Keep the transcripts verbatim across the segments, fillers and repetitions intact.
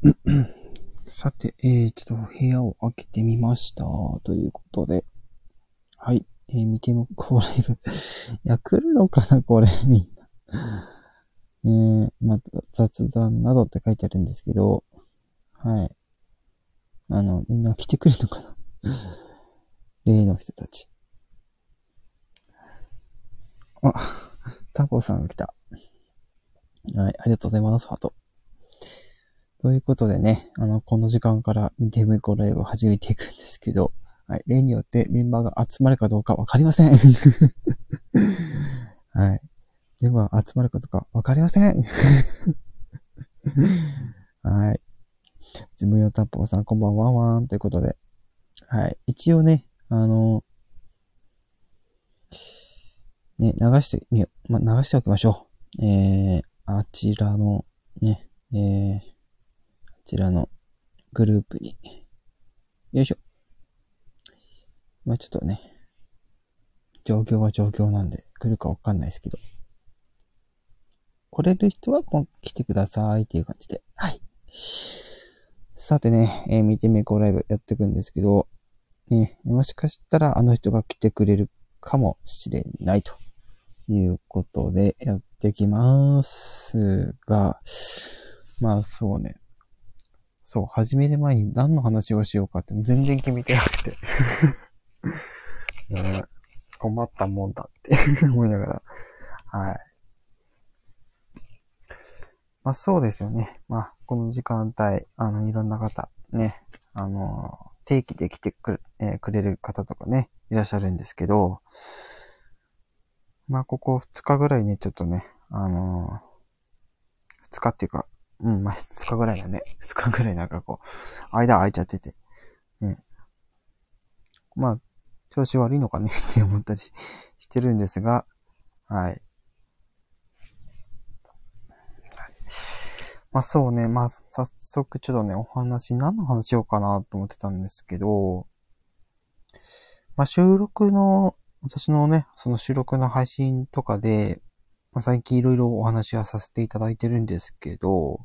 さて、えー、ちょっと部屋を開けてみました。ということで。はい。えー、見ても、これ、いや、来るのかなこれ、みんな。えー、また、雑談などって書いてあるんですけど、はい。あの、みんな来てくれるのかな例の人たち。あ、タコさんが来た。はい、ありがとうございます、ハート。ということでね、あの、この時間から見てみこライブを始めていくんですけど、はい、例によってメンバーが集まるかどうかわかりません。はい。では、集まるかどうかわかりません。はい。自分よタッポーさん、こんばんはわーんということで、はい。一応ね、あの、ね、流してみよう。ま、流しておきましょう。えー、あちらの、ね、えー、あちらのグループに、よいしょ。まあ、ちょっとね、状況は状況なんで、来るかわかんないですけど、来れる人は来てくださいっていう感じで、はい。さてね、えー、見てみこうライブやっていくんですけど、ね、もしかしたらあの人が来てくれるかもしれないということでやってきますが、まあそうね、そう、始める前に何の話をしようかって全然決めてなくて、ね、困ったもんだって思いながら、はい。まあそうですよね。まあこの時間帯、あのいろんな方ね、あの定期で来てくれ、えー、くれる方とかね、いらっしゃるんですけど、まあここふつかぐらいね、ちょっとね、あのー、ふつかっていうか、うん、まあふつかぐらいだね。ふつかぐらいなんかこう、間空いちゃってて、ね、まあ調子悪いのかねって思ったりしてるんですが、はい。まあそうね、まあ早速ちょっとね、お話、何の話しようかなと思ってたんですけど、まあ収録の、私のね、その収録の配信とかで、まあ、最近いろいろお話はさせていただいてるんですけど、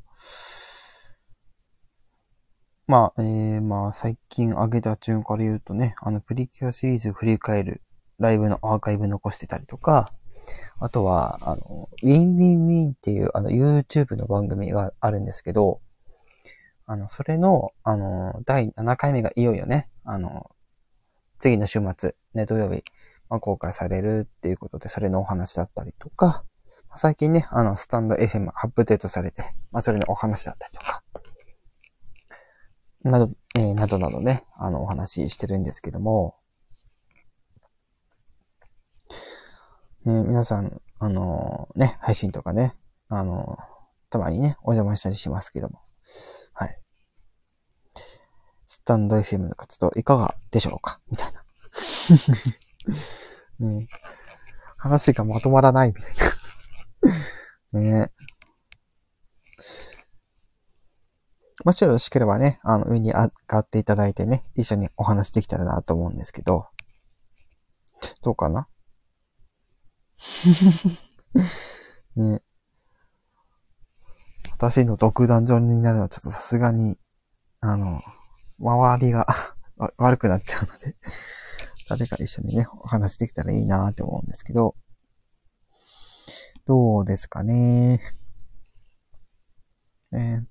まあ、えー、まあ最近上げた順から言うとね、あのプリキュアシリーズ振り返るライブのアーカイブ残してたりとか、あとは、あの、ウィンウィンウィンっていうあの YouTube の番組があるんですけど、あの、それの、あの、だいななかいめがいよいよね、あの、次の週末、ね、土曜日、まあ、公開されるっていうことで、それのお話だったりとか、最近ね、あの、スタンド エフエム アップデートされて、まあ、それのお話だったりとか、など、えー、などなどね、あの、お話ししてるんですけども、ね、皆さん、あのー、ね、配信とかね、あのー、たまにね、お邪魔したりしますけども、はい。スタンド エフエム の活動いかがでしょうかみたいな。ね、話がまとまらないみたいな。ね、もしよろしければね、あの、上に上がっていただいてね、一緒にお話できたらなと思うんですけど、どうかなね、私の独壇場になるのはちょっとさすがに、あの、周りが悪くなっちゃうので、誰か一緒にね、お話できたらいいなって思うんですけど、どうですかね。ね、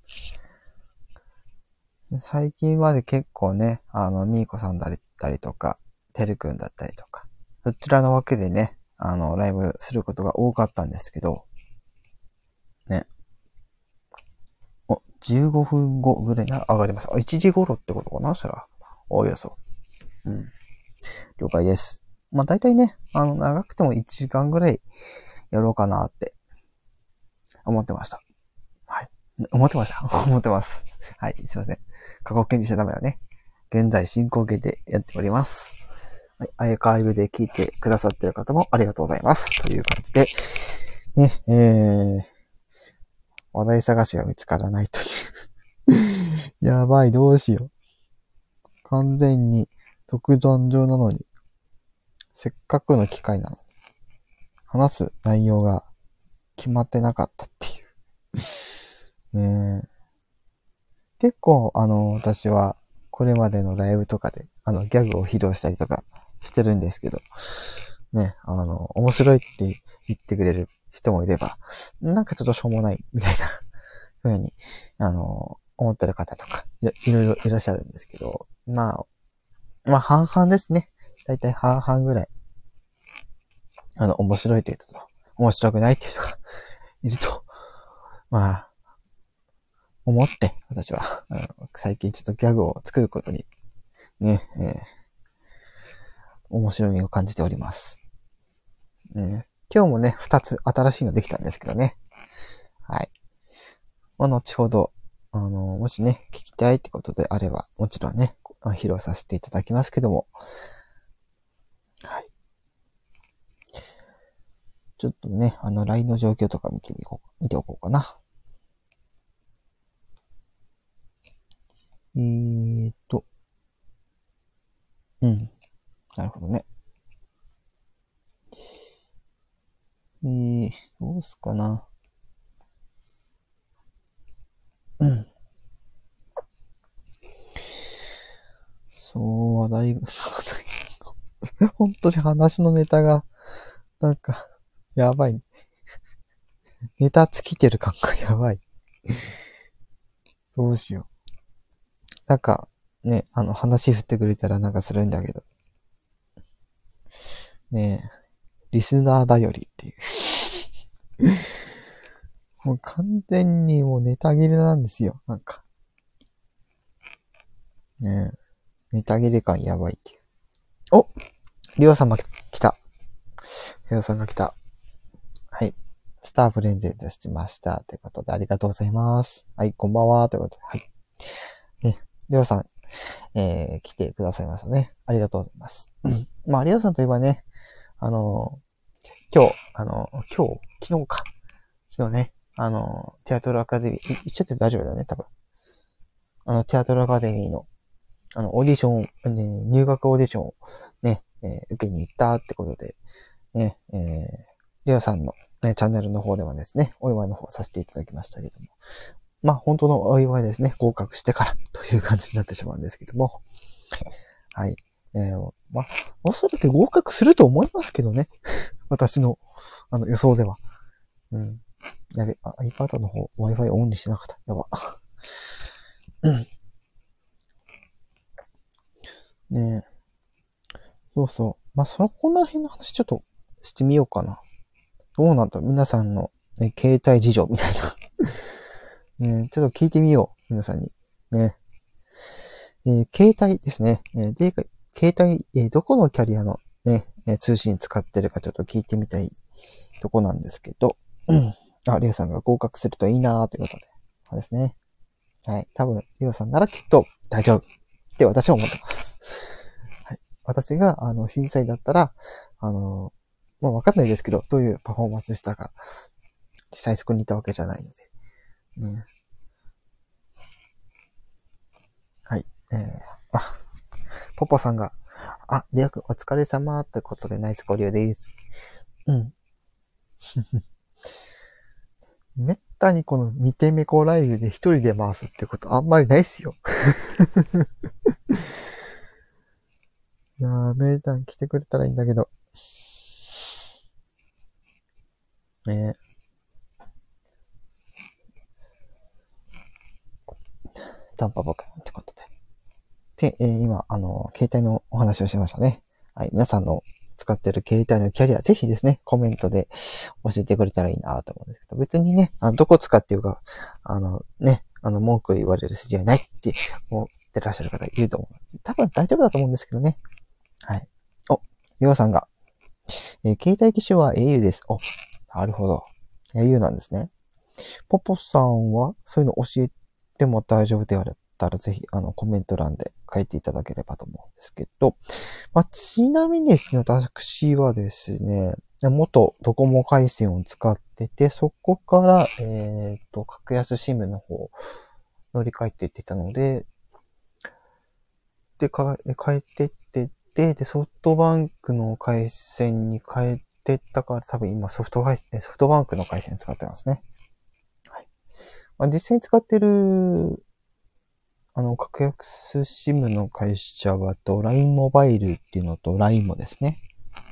最近まで結構ね、あの、みーこさんだったりとか、てるくんだったりとか、そちらの枠でね、あの、ライブすることが多かったんですけど、ね。お、じゅうごふんごぐらいな、上がります。あ、いちじ頃ってことかなしたら。おおよそ。うん。了解です。まあ、大体ね、あの、長くてもいちじかんぐらいやろうかなって思ってました。はい。思ってました。思ってます。はい、すいません。過去形にしちゃダメだね。現在進行形でやっております。はい、アーカイブで聞いてくださってる方もありがとうございます。という感じで、ね、えー、話題探しが見つからないという。やばい、どうしよう。完全に独壇場なのに、せっかくの機会なのに、話す内容が決まってなかったっていう。ね結構、あの、私は、これまでのライブとかで、あの、ギャグを披露したりとかしてるんですけど、ね、あの、面白いって言ってくれる人もいれば、なんかちょっとしょうもない、みたいな風に、あの、思ってる方とかいろ、いろいろいらっしゃるんですけど、まあ、まあ、半々ですね。だいたい半々ぐらい、あの、面白いという人と、面白くないっていう人がいると、まあ、思って、私は、あの最近ちょっとギャグを作ることに、ね、えー面白みを感じております。ね、今日もね、二つ新しいのできたんですけどね。はい。まあ、後ほど、あの、もしね、聞きたいってことであれば、もちろんね、披露させていただきますけども。はい。ちょっとね、あの、ライン の状況とか見てみこう、見ておこうかな。えーっと、うん。なるほどね。えー、どうすかな。うん。そう、話題が、本当に話のネタが、なんか、やばい。ネタ尽きてる感がやばい。どうしよう。なんか、ね、あの、話振ってくれたらなんかするんだけど。ねえ、リスナーだよりっていう。もう完全にもうネタ切れなんですよ。なんか。ねえ、ネタ切れ感やばいっていう。お、リオ様来た。リオさんが来た。はい。スタープレゼントしました。ということで、ありがとうございます。はい、こんばんは。ということで、はい。ね、リオさん、えー、来てくださいましたね。ありがとうございます。うん。まあ、リオさんといえばね、あのー、今日、あのー、今日、昨日か。昨日ね、あのー、テアトルアカデミー、言っちゃって大丈夫だよね、多分。あの、テアトルアカデミーの、あの、オーディション、ね、入学オーディションをね、えー、受けに行ったってことで、ね、えー、リオさんの、ね、チャンネルの方ではですね、お祝いの方させていただきましたけども。まあ、本当のお祝いですね、合格してからという感じになってしまうんですけども。はい。えー、まあ、おそらく合格すると思いますけどね。私の、あの、予想では。うん。やべ、あ、iPad の方、Wi-Fi オンにしなかった。やば。うん。ねえ。そうそう。まあ、その、この辺の話ちょっとしてみようかな。どうなんだろう皆さんの、ね、携帯事情みたいな。ね、ちょっと聞いてみよう。皆さんに。ね。えー、携帯ですね。えー、で、携帯、えー、どこのキャリアのね、えー、通信使ってるかちょっと聞いてみたいとこなんですけど。うん。あ、リオさんが合格するといいなーということで。そうですね。はい。多分、リオさんならきっと大丈夫って私は思ってます。はい。私が、あの、審査員だったら、あの、まあ、わかんないですけど、どういうパフォーマンスしたか、実際そこにいたわけじゃないので。ね。はい。えー、あ、ポポさんが、あ、リア君お疲れ様ということでナイス交流です。うん。めったにこの見てめこライブで一人で回すってことあんまりないっすよ。いやー、メイタン来てくれたらいいんだけど。ねタンパポくんってことで。で、えー、今、あの、携帯のお話をしましたね。はい、皆さんの使ってる携帯のキャリア、ぜひですね、コメントで教えてくれたらいいなと思うんですけど、別にね、あのどこ使っていうか、あの、ね、あの、文句言われる筋合いないって思ってらっしゃる方いると思う。多分大丈夫だと思うんですけどね。はい。お、りょうさんが、えー携帯機種は au です。お、なるほど。au なんですね。ポポさんは、そういうの教えても大丈夫であったら、ぜひ、あの、コメント欄で書いていただければと思うんですけど、まあ、ちなみにですね、私はですね、元ドコモ回線を使ってて、そこから、えっと、格安シムの方、乗り換えていってたので、で、か、変えてってて、で、ソフトバンクの回線に変えてったから、多分今ソフト回線、ソフトバンクの回線使ってますね。はい。まあ、実際に使ってるあの、格安 SIM の会社はと、ライン モバイルっていうのと ライン もですね。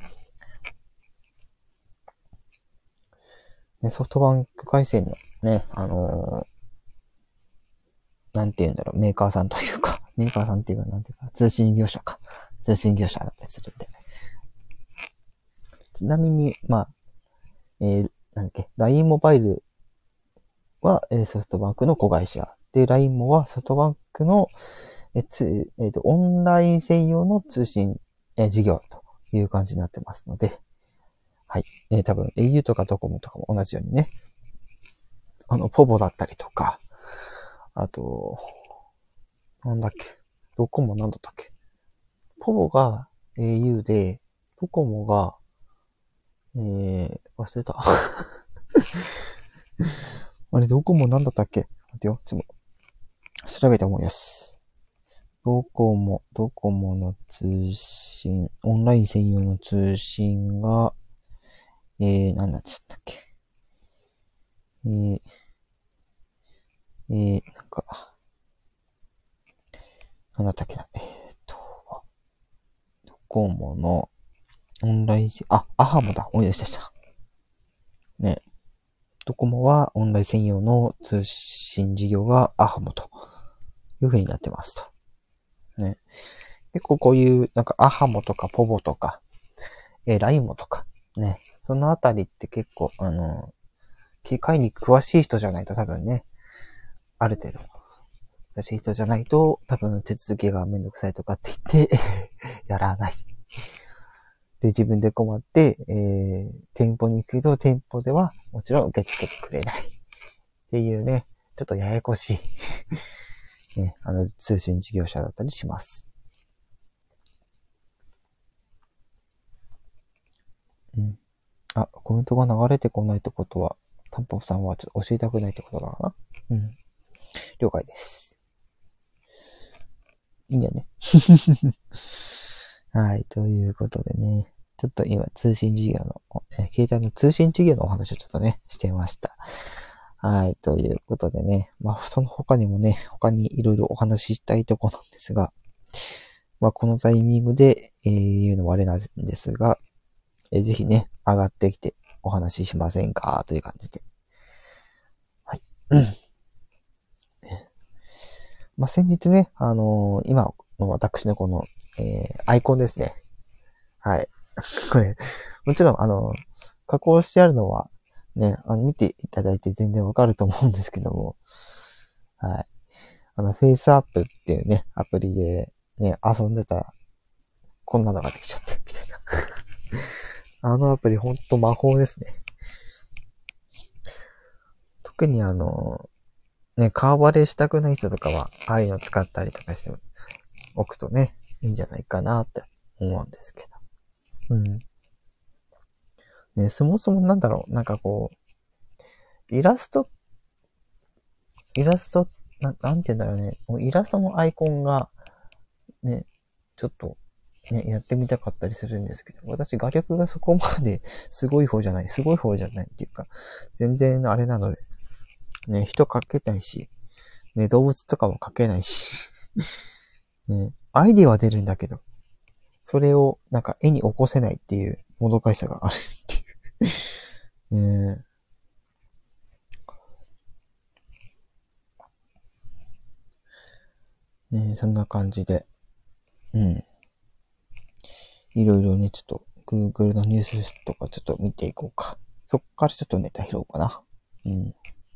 でソフトバンク回線のね、あのー、なんて言うんだろう、メーカーさんというか、メーカーさんっていうか、なんていうか、通信業者か。通信業者だったりするんで。ちなみに、まあ、えー、なんだっけ、ライン モバイルは、えー、ソフトバンクの子会社。で、ライン モはソフトバンクの、えーつえーと、オンライン専用の通信、えー事業という感じになってますので、はい。えー多分、au とかドコモとかも同じようにね、あの、ポボだったりとか、あと、なんだっけ、ドコモなんだったっけ。ポボが au で、ドコモが、えー、忘れた。あれ、ドコモなんだったっけ。待ってよ、ちょっと、調べて思い出す。ドコモ、ドコモの通信、オンライン専用の通信が、えー、なんだっつったっけ。えー、えー、なんか、なんだったっけな。えーと、ドコモのオンライン、あ、アハモだ。思い出しました。ね。ドコモはオンライン専用の通信事業がアハモという風になってますと。ね。結構こういう、なんかアハモとかポボとか、えー、ライモとか、ね。そのあたりって結構、あの、機械に詳しい人じゃないと多分ね、ある程度、詳しい人じゃないと多分手続きがめんどくさいとかって言ってやらない。で、自分で困って、えー、店舗に行くけど、店舗ではもちろん受け付けてくれない。っていうね、ちょっとややこしい、ね、あの、通信事業者だったりします。うん。あ、コメントが流れてこないってことは、タンポさんはちょっと教えたくないってことだな。うん。了解です。いいんだよね。はい、ということでね。ちょっと今、通信事業の、え携帯の通信事業のお話をちょっとね、してました。はい、ということでね。まあ、その他にもね、他にいろいろお話ししたいところなんですが、まあ、このタイミングで、えー、言うのはあれなんですが、えー、ぜひね、上がってきてお話ししませんかという感じで。はい。うん。まあ、先日ね、あのー、今の私のこの、えー、アイコンですね。はい。これ、もちろん、あの、加工してあるのは、ね、あの、見ていただいて全然わかると思うんですけども、はい。あの、フェイスアップっていうね、アプリで、ね、遊んでたら、こんなのができちゃって、みたいな。あのアプリほんと魔法ですね。特にあの、ね、顔バレしたくない人とかは、ああいうの使ったりとかしておくとね、いいんじゃないかなって思うんですけど。うん。ね、そもそもなんだろう、なんかこう、イラスト、イラスト、な、なんて言うんだろうね、もうイラストのアイコンが、ね、ちょっと、ね、やってみたかったりするんですけど、私画力がそこまですごい方じゃない、すごい方じゃないっていうか、全然あれなので、ね、人描けないし、ね、動物とかも描けないし、ね、アイディアは出るんだけど、それをなんか絵に起こせないっていうもどかしさがあるっていう。ねねそんな感じで、うん。いろいろね、ちょっと Google のニュースとかちょっと見ていこうか。そっからちょっとネタ拾おうかな。うん。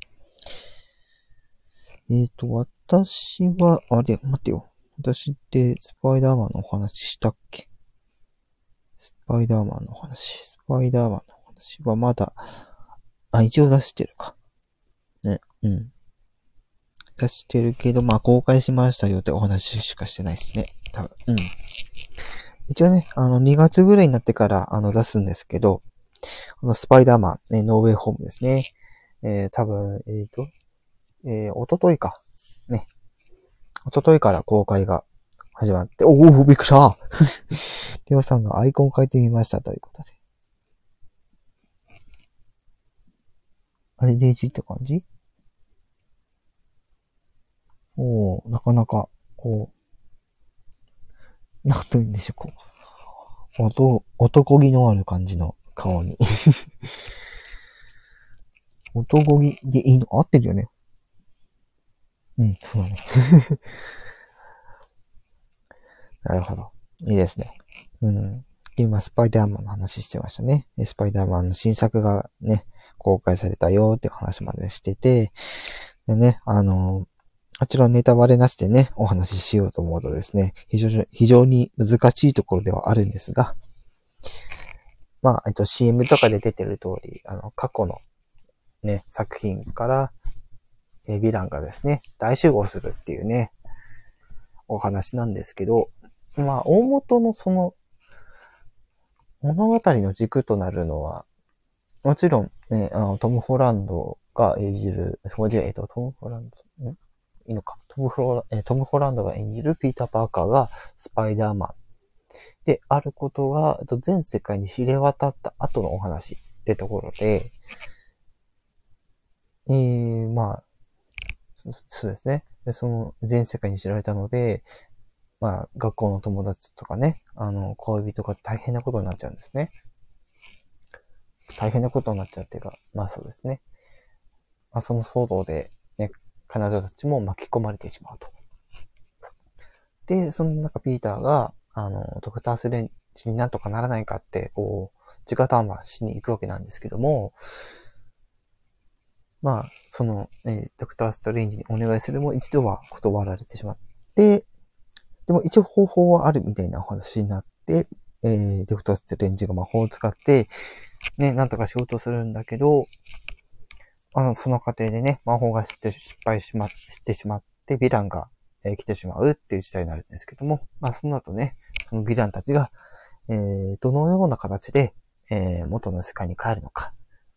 えっ、ー、と、私は、あれ、待ってよ。私ってスパイダーマンのお話したっけ？スパイダーマンの話。スパイダーマンの話はまだ、あ、一応出してるか。ね。うん。出してるけど、まあ、公開しましたよってお話しかしてないですね。多分。うん。一応ね、あの、にがつぐらいになってから、あの、出すんですけど、このスパイダーマン、ね、ノーウェイホームですね。えー、多分、えっ、ー、と、えー、おとといか。ね。おとといから公開が始まって、おお、びっくりしたレオさんがアイコン変えてみましたということで。あれ、デイジーって感じ？ おなかなか、こう、なんと言うんでしょう、こう、男、男気のある感じの顔に。男気でいいの合ってるよね。うん、そうだね。なるほど。いいですね。うん。今、スパイダーマンの話してましたね。スパイダーマンの新作がね、公開されたよっていう話までしてて、でね、あの、もちろんネタバレなしでね、お話ししようと思うとですね、非常に、非常に難しいところではあるんですが、まあ、えっと、シーエム とかで出てる通り、あの、過去のね、作品から、えヴィランがですね、大集合するっていうね、お話なんですけど、まあ、大元のその、物語の軸となるのは、もちろん、ね、あの、トム・ホランドが演じる、そうじゃ、えっと、トム・ホランド、んいいのか。トムホラ、えトム・ホランドが演じるピーター・パーカーがスパイダーマンであることが、えっと、全世界に知れ渡った後のお話ってところで、えー、まあ、そそうですね。で、その、全世界に知られたので、まあ、学校の友達とかね、あの、恋人が大変なことになっちゃうんですね。大変なことになっちゃうっていうか、まあそうですね。まあその騒動で、ね、彼女たちも巻き込まれてしまうと。で、その中ピーターが、あの、ドクタースレンジになんとかならないかって、こう、直談判しに行くわけなんですけども、まあ、その、えー、ドクターストレンジにお願いするも一度は断られてしまって、でも一応方法はあるみたいなお話になって、えー、ドクターストレンジが魔法を使って、ね、なんとかしようとするんだけど、あの、その過程でね、魔法がして失敗しま、してしまって、ヴィランが、えー来てしまうっていう事態になるんですけども、まあ、その後ね、そのヴィランたちが、えー、どのような形で、えー、元の世界に帰るのか。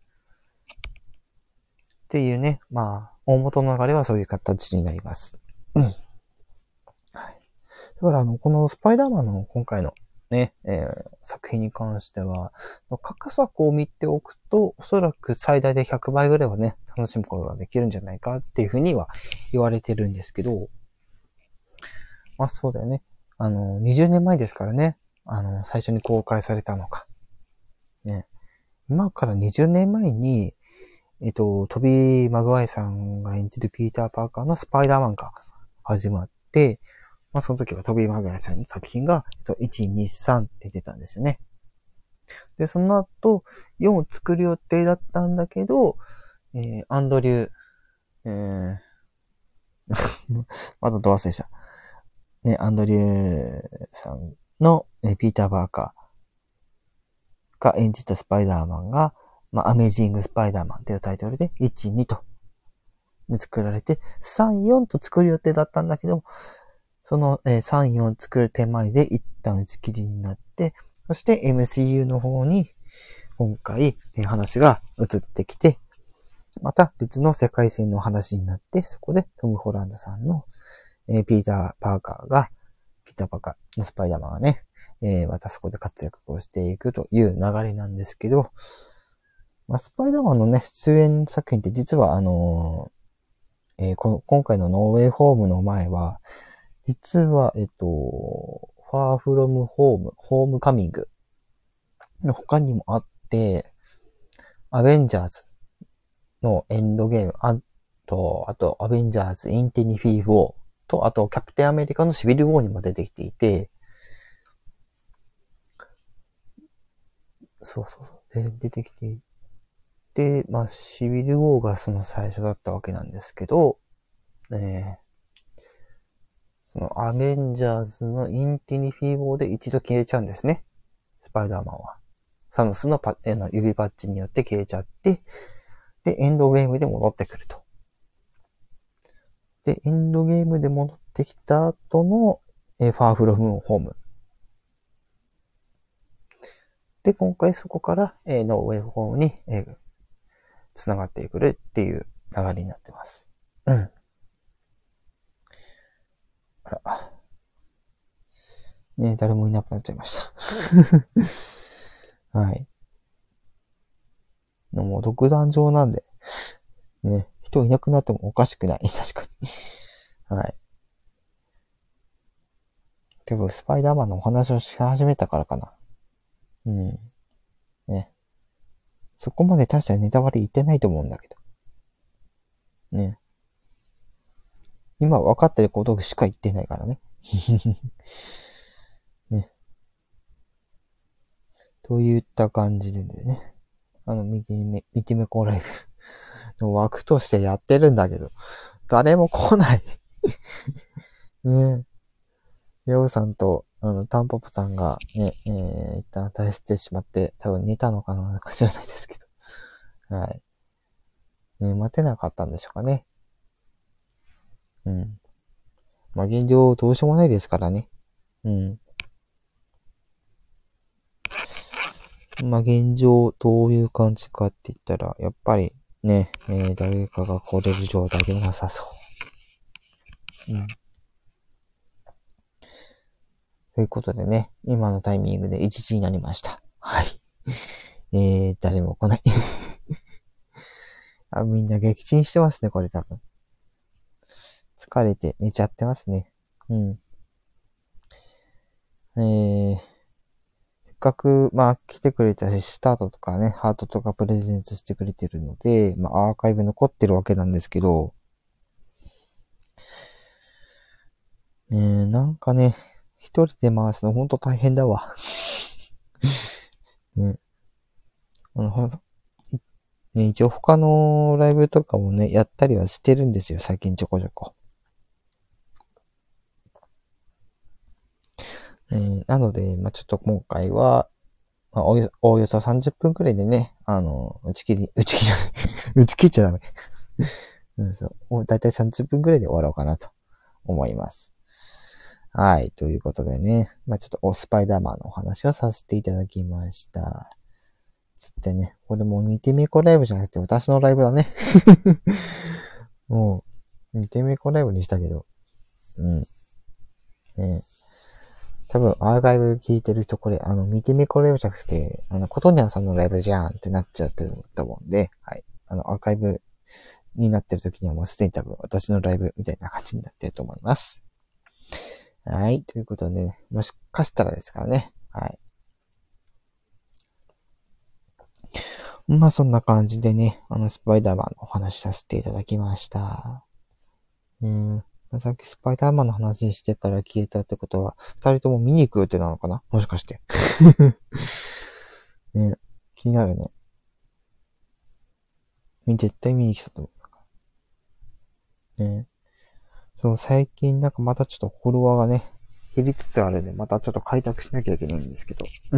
っていうね、まあ、大元の流れはそういう形になります。うん。はい。だから、あの、このスパイダーマンの今回のね、えー、作品に関しては、各作を見ておくと、おそらく最大でひゃくばいぐらいはね、楽しむことができるんじゃないかっていうふうには言われてるんですけど、まあそうだよね。あの、にじゅうねんまえですからね、あの、最初に公開されたのか。ね。今からにじゅうねんまえに、えっと、トビー・マグワイさんが演じるピーター・パーカーのスパイダーマンが始まって、まあその時はトビー・マグワイさんの作品が、えっと、いち、に、さんって出たんですよね。で、その後、よんを作る予定だったんだけど、えー、アンドリュー、えー、まだど忘れした。ね、アンドリューさんの、えー、ピーター・バーカーが演じたスパイダーマンが、まあ、アメージング・スパイダーマンというタイトルで、いち、にと、で作られて、さん、よんと作る予定だったんだけど、その、えー、さん、よん作る手前で一旦打ち切りになって、そして エムシーユー の方に、今回、えー、話が移ってきて、また別の世界線の話になって、そこでトム・ホランドさんの、えー、ピーター・パーカーが、ピーター・パーカーのスパイダーマンがね、えー、またそこで活躍をしていくという流れなんですけど、まあ、スパイダーマンのね、出演作品って実はあのーえー、この今回のノーウェイホームの前は、実は、えっと、ファーフロムホーム、ホームカミングの他にもあって、アベンジャーズのエンドゲーム、あと、あと、アベンジャーズ・インティニフィー・ウォーと、あと、キャプテンアメリカのシビル・ウォーにも出てきていて、そうそうそう。で、出てきていて、まあ、シビル・ウォーがその最初だったわけなんですけど、えー、そのアベンジャーズのインティニフィー・ウォーで一度消えちゃうんですね。スパイダーマンは。サノスのパの指パッチによって消えちゃって、で、エンドゲームで戻ってくると。で、エンドゲームで戻ってきた後の、えー、ファーフロムホーム。で、今回そこから、えー、ノーウェイホームに、えー、繋がってくるっていう流れになってます。うん。あら。ね、誰もいなくなっちゃいました。はい。もう独壇場なんで、ね、人いなくなってもおかしくない。確かに。 はい。でも、スパイダーマンのお話をし始めたからかな。うん。ね。そこまで大したネタバレ言ってないと思うんだけど。ね。今分かってることしか言ってないからね。ね。といった感じでね。あの、見てみ、見てみこライブの枠としてやってるんだけど、誰も来ない。ね。ヤオさんと、あの、タンポポさんがね、えー、一旦退出してしまって、多分寝たのかななんか知らないですけど。はい。ね、待てなかったんでしょうかね。うん。まあ、現状どうしようもないですからね。うん。まあ、現状どういう感じかって言ったら、やっぱりね、えー、誰かが来れる状態でもなさそう。うん。ということでね、今のタイミングでいちじになりました。はい。えー、誰も来ない。あ、みんな撃沈してますね、これ多分。疲れて寝ちゃってますね。うん。えー、せっかく、まあ、来てくれたし、スタートとかね、ハートとかプレゼントしてくれてるので、まあ、アーカイブ残ってるわけなんですけど、えー、なんかね、一人で回すのほんと大変だわ。ね、あの、ほんと、ね、一応他のライブとかもね、やったりはしてるんですよ、最近ちょこちょこ。えー、なので、まあ、ちょっと今回は、まあ、およ、おおよそさんじゅっぷんくらいでね、あの、打ち切り、打ち切り、打ち切っちゃダメ。うん、そう。もうだいたいさんじゅっぷんくらいで終わろうかなと思います。はい。ということでね、まあ、ちょっとおスパイダーマンのお話をさせていただきました。つってね、これもう見てみこライブじゃなくて私のライブだね。もう、見てみこライブにしたけど、うん。ね、多分アーカイブ聞いてる人これ、あの、見てみこライブじゃなくて、あの、ことにゃんさんのライブじゃんってなっちゃってると思うんで、はい。あの、アーカイブになってる時にはもうすでに多分私のライブみたいな感じになってると思います。はい。ということでね、もしかしたらですからね。はい。まあそんな感じでね、あのスパイダーマンのお話しさせていただきました。うん。さっきスパイダーマンの話してから消えたってことは、二人とも見に行く予定なのかなもしかして。ね、気になるね。絶対見に来たと思う。ね。そう、最近なんかまたちょっとフォロワーがね、減りつつあるんで、またちょっと開拓しなきゃいけないんですけど。うん。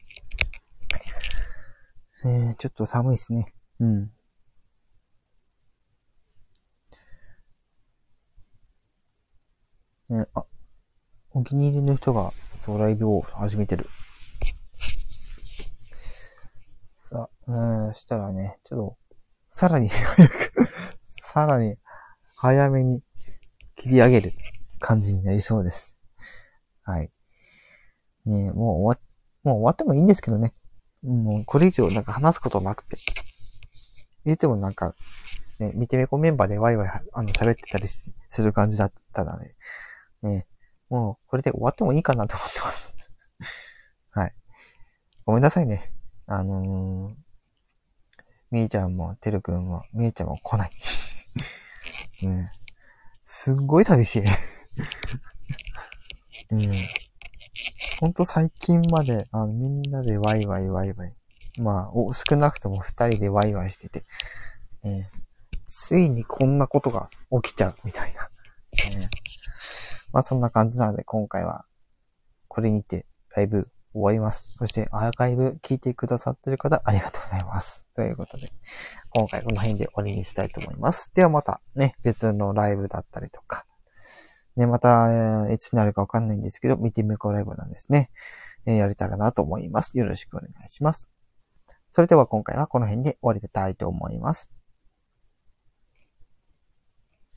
えー、ちょっと寒いですね。うん。ね、あ、お気に入りの人がライブを始めてる。さあ、うん、したらね、ちょっと、さらに早くさらに早めに切り上げる感じになりそうです。はい。ね、もう終わ、もう終わってもいいんですけどね。もうこれ以上なんか話すことなくて。言ってもなんか、ね、見てみこメンバーでワイワイあの喋ってたりする感じだったので、ね、もうこれで終わってもいいかなと思ってます。はい。ごめんなさいね。あのー、みーちゃんも、てるくんも、みーちゃんも来ない。ね、すっごい寂しい。うん。ほんと最近まで、あの、みんなでワイワイワイワイ。まあ、お少なくとも二人でワイワイしてて、ね、ついにこんなことが起きちゃうみたいな。ね、まあそんな感じなので今回はこれにてライブ終わります。そしてアーカイブ聞いてくださってる方ありがとうございます。ということで、今回この辺で終わりにしたいと思います。ではまたね、別のライブだったりとか、ね、また、えー、いつになるかわかんないんですけど、見てみこうライブなんですね。えー、やれたらなと思います。よろしくお願いします。それでは今回はこの辺で終わりたいと思います。